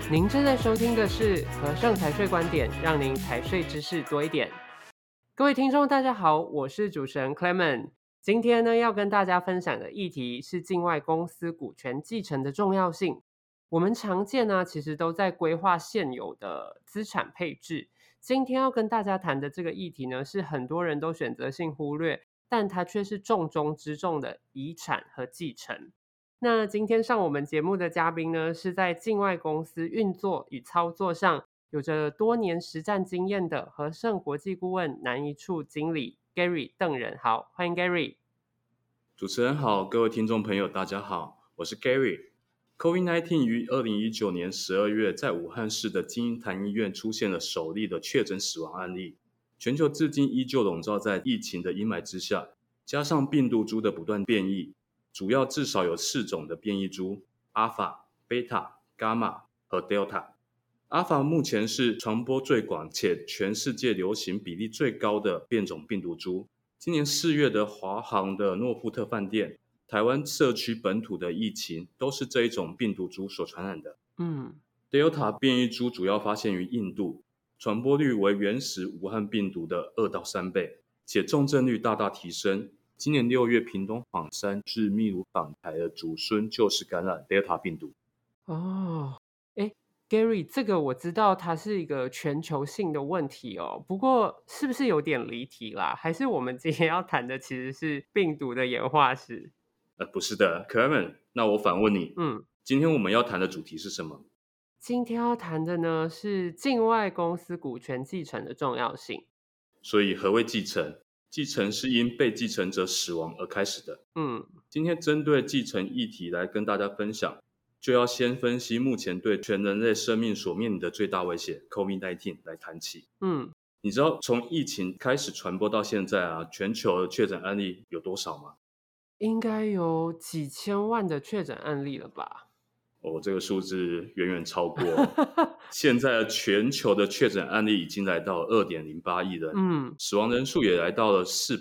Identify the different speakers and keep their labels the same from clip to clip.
Speaker 1: 您正在收听的是和盛财税观点，让您财税知识多一点。各位听众大家好，我是主持人 Clement。今天呢要跟大家分享的议题是境外公司股权继承的重要性。我们常见呢其实都在规划现有的资产配置。今天要跟大家谈的这个议题呢，是很多人都选择性忽略，但它却是重中之重的遗产和继承。那今天上我们节目的嘉宾呢，是在境外公司运作与操作上有着多年实战经验的和盛国际顾问南一处经理 Gary 邓仁豪，欢迎 Gary。
Speaker 2: 主持人好，各位听众朋友大家好，我是 Gary。COVID-19 于2019年12月在武汉市的金银潭医院出现了首例的确诊死亡案例，全球至今依旧笼罩在疫情的阴霾之下，加上病毒株的不断变异，主要至少有4种的变异株 Alpha、Beta、Gamma 和 Delta。Alpha 目前是传播最广且全世界流行比例最高的变种病毒株。今年4月的华航的诺富特饭店、台湾社区本土的疫情都是这一种病毒株所传染的。Delta 变异株主要发现于印度，传播率为原始武汉病毒的2到3倍，且重症率大大提升。今年6月，屏东枋山至秘鲁访台的祖孙就是感染 Delta 病毒。
Speaker 1: Gary， 这个我知道它是一个全球性的问题哦，不过是不是有点离题啦？还是我们今天要谈的其实是病毒的演化史？
Speaker 2: 不是的 Clement， 那我反问你，今天我们要谈的主题是什么？
Speaker 1: 今天要谈的呢是境外公司股权继承的重要性。
Speaker 2: 所以何谓继承？继承是因被继承者死亡而开始的。今天针对继承议题来跟大家分享，就要先分析目前对全人类生命所面临的最大威胁 COVID-19 来谈起。你知道从疫情开始传播到现在啊，全球的确诊案例有多少吗？
Speaker 1: 应该有几千万的确诊案例了吧？
Speaker 2: 这个数字远远超过现在全球的确诊案例已经来到 2.08 亿人，死亡人数也来到了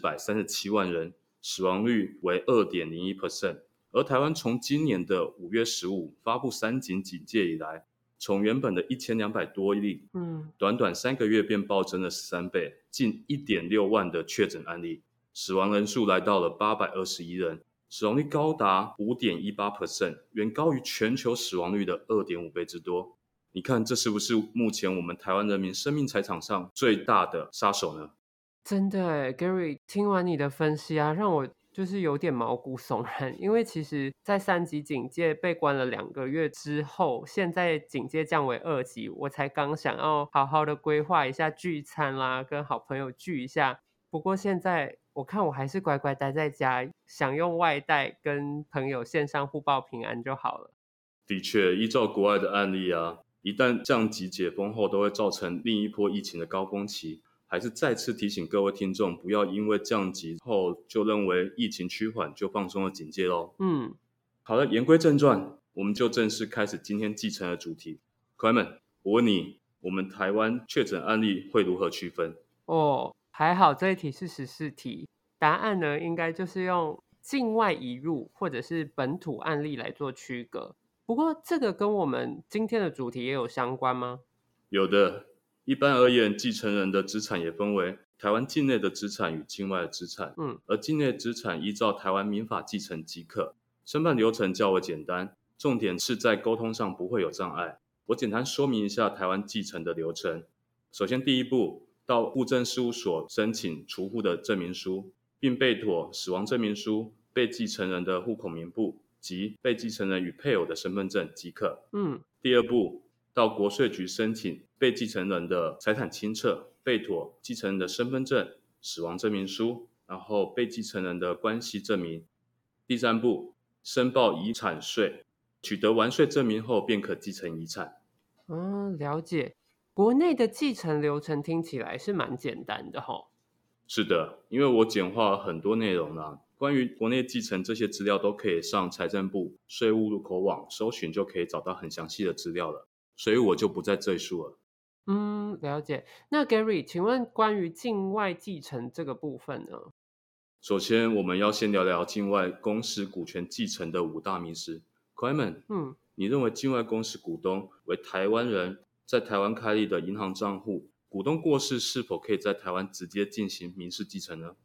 Speaker 2: 437万人，死亡率为 2.01%。而台湾从今年的5月15发布3级警戒以来，从原本的1200多例，短短3个月便暴增了13倍，近 1.6 万的确诊案例，死亡人数来到了821人，死亡率高达 5.18%， 远高于全球死亡率的 2.5 倍之多。你看这是不是目前我们台湾人民生命财产上最大的杀手呢？
Speaker 1: 真的耶 Gary， 听完你的分析啊，让我就是有点毛骨悚然，因为其实在3级警戒被关了2个月之后，现在警戒降为2级，我才刚想要好好的规划一下聚餐啦，跟好朋友聚一下。不过现在我看我还是乖乖待在家，享用外带跟朋友线上互报平安就好了。
Speaker 2: 的确，依照国外的案例啊，一旦降级解封后，都会造成另一波疫情的高峰期。还是再次提醒各位听众，不要因为降级后就认为疫情趋缓就放松了警戒咯。好了，言归正传，我们就正式开始今天继承的主题。Clement， 我问你，我们台湾确诊案例会如何区分？
Speaker 1: 还好这一题是14题，答案呢应该就是用境外移入或者是本土案例来做区隔。不过这个跟我们今天的主题也有相关吗？
Speaker 2: 有的。一般而言，继承人的资产也分为台湾境内的资产与境外的资产。而境内资产依照台湾民法继承即可，申办流程较为简单，重点是在沟通上不会有障碍。我简单说明一下台湾继承的流程。首先第一步，到户政事务所申请除户的证明书，并备妥死亡证明书、被继承人的户口名簿及被继承人与配偶的身份证即可。第二步，到国税局申请被继承人的财产清册，备妥继承人的身份证、死亡证明书，然后被继承人的关系证明。第三步，申报遗产税，取得完税证明后便可继承遗产。
Speaker 1: 了解。国内的继承流程听起来是蛮简单的齁。
Speaker 2: 是的，因为我简化了很多内容啦，关于国内继承这些资料都可以上财政部税务入口网搜寻，就可以找到很详细的资料了，所以我就不再赘述了。
Speaker 1: 了解。那 Gary， 请问关于境外继承这个部分呢？
Speaker 2: 首先我们要先聊聊境外公司股权继承的5大迷思。Clement， 你认为境外公司股东为台湾人，在台湾开立的银行账户，股东过世是否可以在台湾直接进行民事继承呢？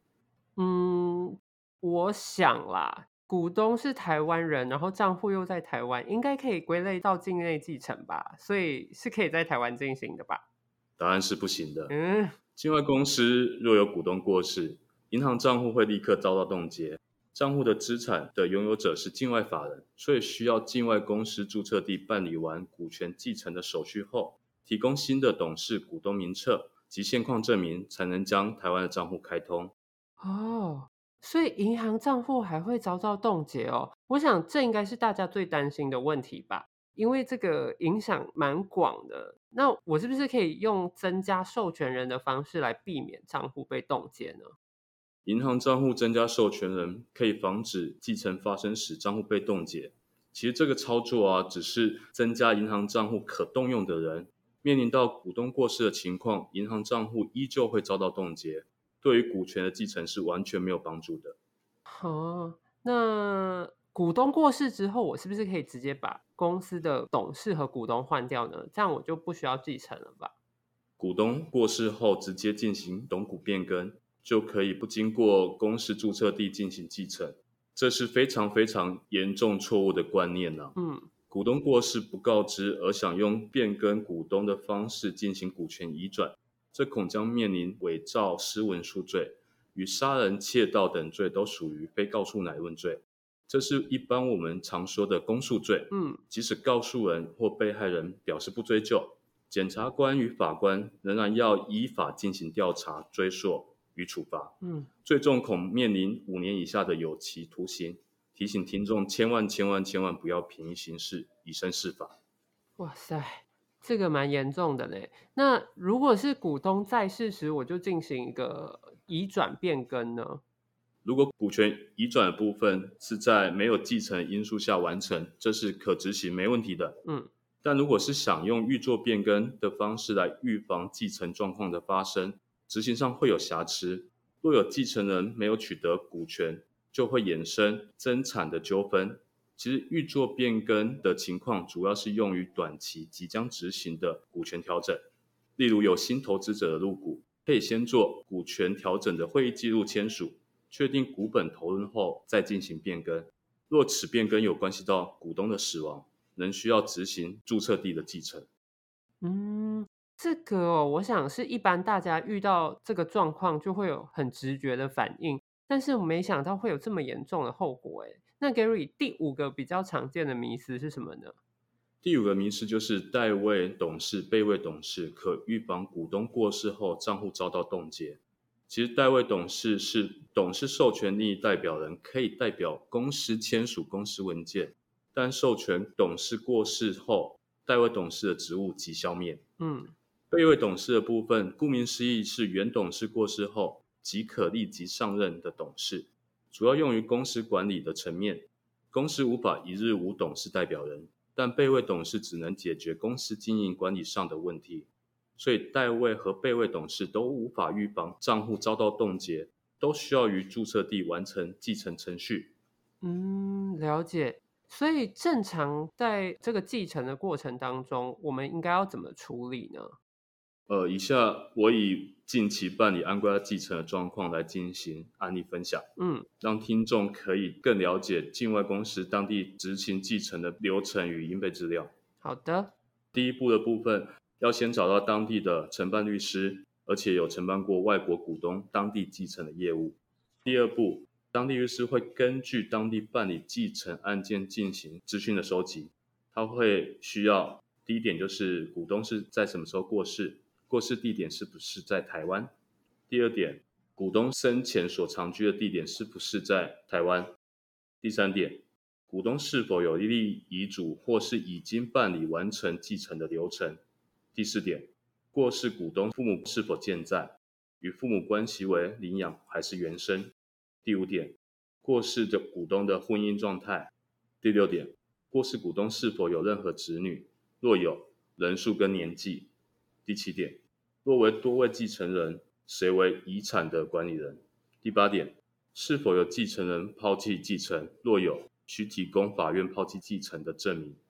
Speaker 1: 我想啦，股东是台湾人，然后账户又在台湾，应该可以归类到境内继承吧，所以是可以在台湾进行的吧？
Speaker 2: 答案是不行的。
Speaker 1: 嗯，
Speaker 2: 境外公司若有股东过世，银行账户会立刻遭到冻结，账户的资产的拥有者是境外法人，所以需要境外公司注册地办理完股权继承的手续后，提供新的董事股东名册及现况证明，才能将台湾的账户开通。
Speaker 1: 哦，所以银行账户还会遭到冻结哦。我想这应该是大家最担心的问题吧，因为这个影响蛮广的。那我是不是可以用增加授权人的方式来避免账户被冻结呢？
Speaker 2: 银行账户增加授权人，可以防止继承发生时账户被冻结。其实这个操作啊，只是增加银行账户可动用的人，面临到股东过世的情况，银行账户依旧会遭到冻结，对于股权的继承是完全没有帮助的。
Speaker 1: 哦，那股东过世之后，我是不是可以直接把公司的董事和股东换掉呢？这样我就不需要继承了吧？
Speaker 2: 股东过世后直接进行董股变更，就可以不经过公司注册地进行继承，这是非常非常严重错误的观念啊。
Speaker 1: 嗯，
Speaker 2: 股东过世不告知而想用变更股东的方式进行股权移转，这恐将面临伪造私文书罪，与杀人、窃盗等罪都属于非告诉乃论罪。这是一般我们常说的公诉罪。
Speaker 1: 嗯，
Speaker 2: 即使告诉人或被害人表示不追究，检察官与法官仍然要依法进行调查、追溯与处罚，
Speaker 1: 嗯。
Speaker 2: 最重恐面临5年以下的有期徒刑。提醒听众千万不要便宜行事，以身试法。
Speaker 1: 哇塞，这个蛮严重的嘞。那如果是股东在世时，我就进行一个移转变更呢？
Speaker 2: 如果股权移转的部分是在没有继承因素下完成，这是可执行没问题的。
Speaker 1: 嗯，
Speaker 2: 但如果是想用预做变更的方式来预防继承状况的发生，执行上会有瑕疵。若有继承人没有取得股权，就会衍生争产的纠纷。其实预做变更的情况主要是用于短期即将执行的股权调整，例如有新投资者的入股，可以先做股权调整的会议记录签署，确定股本投入后再进行变更。若此变更有关系到股东的死亡，仍需要执行注册地的继承。
Speaker 1: 嗯，这个哦，我想是一般大家遇到这个状况就会有很直觉的反应，但是我没想到会有这么严重的后果诶。那 Gary 第五个比较常见的迷思是什么呢？
Speaker 2: 第5个迷思就是代位董事、备位董事可预防股东过世后账户遭到冻结。其实代位董事是董事授权利益代表人，可以代表公司签署公司文件，但授权董事过世后，代位董事的职务即消灭。
Speaker 1: 嗯，
Speaker 2: 备位董事的部分，顾名思义是原董事过世后即可立即上任的董事，主要用于公司管理的层面。公司无法一日无董事代表人，但备位董事只能解决公司经营管理上的问题，所以代位和备位董事都无法预防账户遭到冻结，都需要于注册地完成继承程序。
Speaker 1: 了解。所以正常在这个继承的过程当中，我们应该要怎么处理呢？
Speaker 2: 以下我以近期办理安规继承的状况来进行案例分享，
Speaker 1: 嗯，
Speaker 2: 让听众可以更了解境外公司当地执行继承的流程与应备资料。
Speaker 1: 好的。
Speaker 2: 第一步的部分，要先找到当地的承办律师，而且有承办过外国股东当地继承的业务。第二步，当地律师会根据当地办理继承案件进行资讯的收集，他会需要第一点就是股东是在什么时候过世，过世地点是不是在台湾。第二点，股东生前所常居的地点是不是在台湾。第三点，股东是否有立遗嘱或是已经办理完成继承的流程。第四点，过世股东父母是否健在，与父母关系为领养还是原生。第五点，过世的股东的婚姻状态。第六点，过世股东是否有任何子女，若有，人数跟年纪。第七点，若为多位继承人，谁为遗产的管理人。第八点，是否有继承人抛弃继承，若有，需提供法院抛弃继承的证明。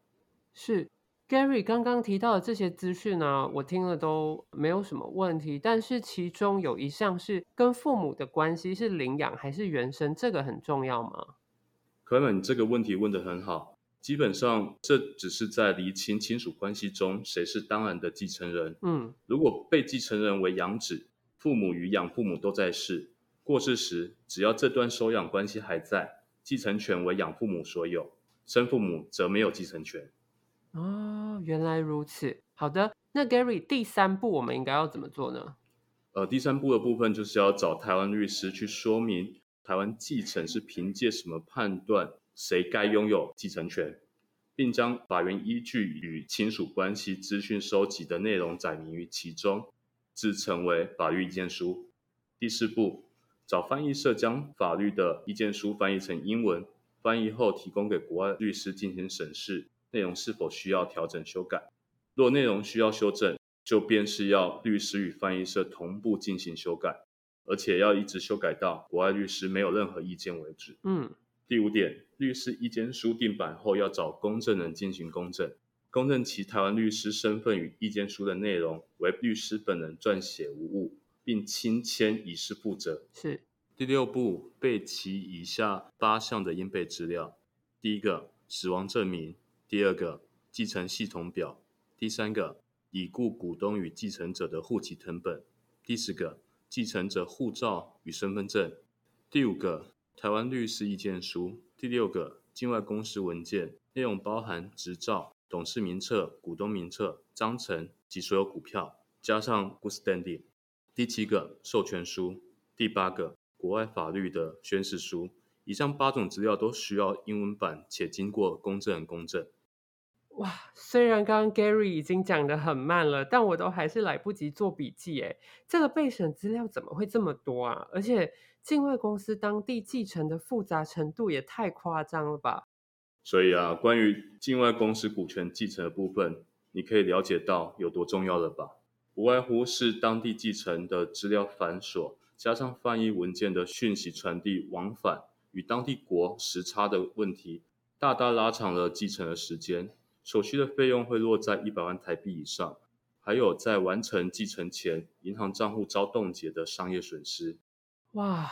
Speaker 1: 是 Gary 刚刚提到的这些资讯呢，我听了都没有什么问题，但是其中有一项是跟父母的关系是领养还是原生，这个很重要吗？
Speaker 2: 克莱门，你这个问题问得很好。基本上，这只是在厘清亲属关系中谁是当然的继承人。如果被继承人为养子，父母与养父母都在世，过世时，只要这段收养关系还在，继承权为养父母所有，生父母则没有继承权。
Speaker 1: 哦，原来如此。好的，那 Gary 第3步我们应该要怎么做呢？
Speaker 2: 第3步的部分就是要找台湾律师去说明台湾继承是凭借什么判断谁该拥有继承权，并将法院依据与亲属关系资讯收集的内容载明于其中，自成为法律意见书。第4步，找翻译社将法律的意见书翻译成英文，翻译后提供给国外律师进行审视，内容是否需要调整修改。若内容需要修正，就便是要律师与翻译社同步进行修改，而且要一直修改到国外律师没有任何意见为止。第5点，律师意见书订版后要找公证人进行公证，公证其台湾律师身份与意见书的内容为律师本人撰写无误，并亲签以示负责。
Speaker 1: 是。
Speaker 2: 第6步，备齐以下8项的应备资料：第1个，死亡证明；第2个，继承系统表；第3个，已故股东与继承者的户籍誊本；第4个，继承者护照与身份证；第5个，台湾律师意见书；第6个，境外公司文件，内容包含执照、董事名册、股东名册、章程及所有股票，加上 good standing；第7个，授权书；第8个，国外法律的宣誓书。以上8种资料都需要英文版，且经过公证人公证。
Speaker 1: 哇，虽然刚刚 Gary 已经讲得很慢了，但我都还是来不及做笔记耶。这个备审资料怎么会这么多啊？而且境外公司当地继承的复杂程度也太夸张了吧？
Speaker 2: 所以啊，关于境外公司股权继承的部分，你可以了解到有多重要了吧？不外乎是当地继承的资料繁琐，加上翻译文件的讯息传递往返与当地国时差的问题，大大拉长了继承的时间。手续的费用会落在100万台币以上，还有在完成继承前银行账户遭冻结的商业损失。
Speaker 1: 哇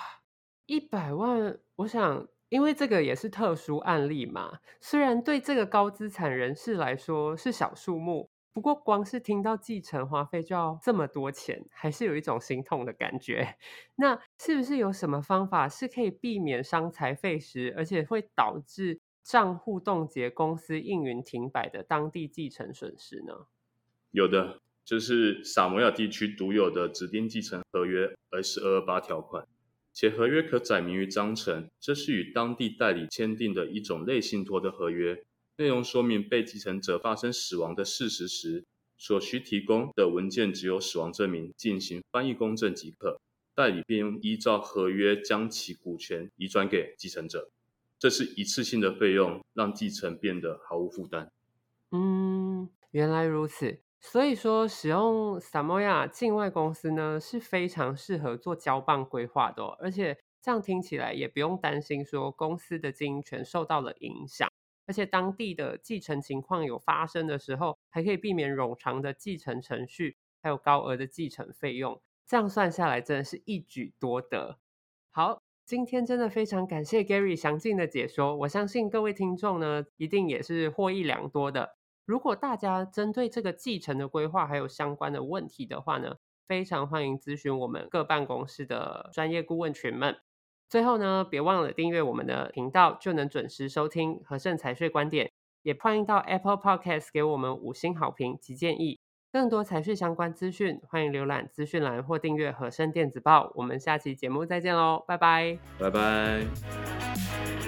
Speaker 1: ，100万，我想因为这个也是特殊案例嘛，虽然对这个高资产人士来说是小数目，不过光是听到继承花费就要这么多钱，还是有一种心痛的感觉。那是不是有什么方法是可以避免伤财费时，而且会导致账户冻结、公司应云停摆的当地继承损失呢？
Speaker 2: 有的，就是萨摩亚地区独有的指定继承合约 S228 条款，且合约可载明于章程，这是与当地代理签订的一种类信托的合约，内容说明被继承者发生死亡的事实时，所需提供的文件只有死亡证明，进行翻译公证即可，代理便依照合约将其股权移转给继承者。这是一次性的费用，让继承变得毫无负担。
Speaker 1: 原来如此。所以说，使用 Samoa 境外公司呢，是非常适合做交棒规划的哦，而且这样听起来也不用担心说公司的经营权受到了影响，而且当地的继承情况有发生的时候，还可以避免冗长的继承程序，还有高额的继承费用，这样算下来真的是一举多得。好，今天真的非常感谢 Gary 详尽的解说，我相信各位听众呢，一定也是获益良多的。如果大家针对这个继承的规划还有相关的问题的话呢，非常欢迎咨询我们各办公室的专业顾问群们。最后呢，别忘了订阅我们的频道，就能准时收听和盛财税观点。也欢迎到 Apple Podcast 给我们5星好评及建议。更多财税相关资讯，欢迎浏览资讯栏或订阅和盛电子报。我们下期节目再见喽，拜拜，
Speaker 2: 拜拜。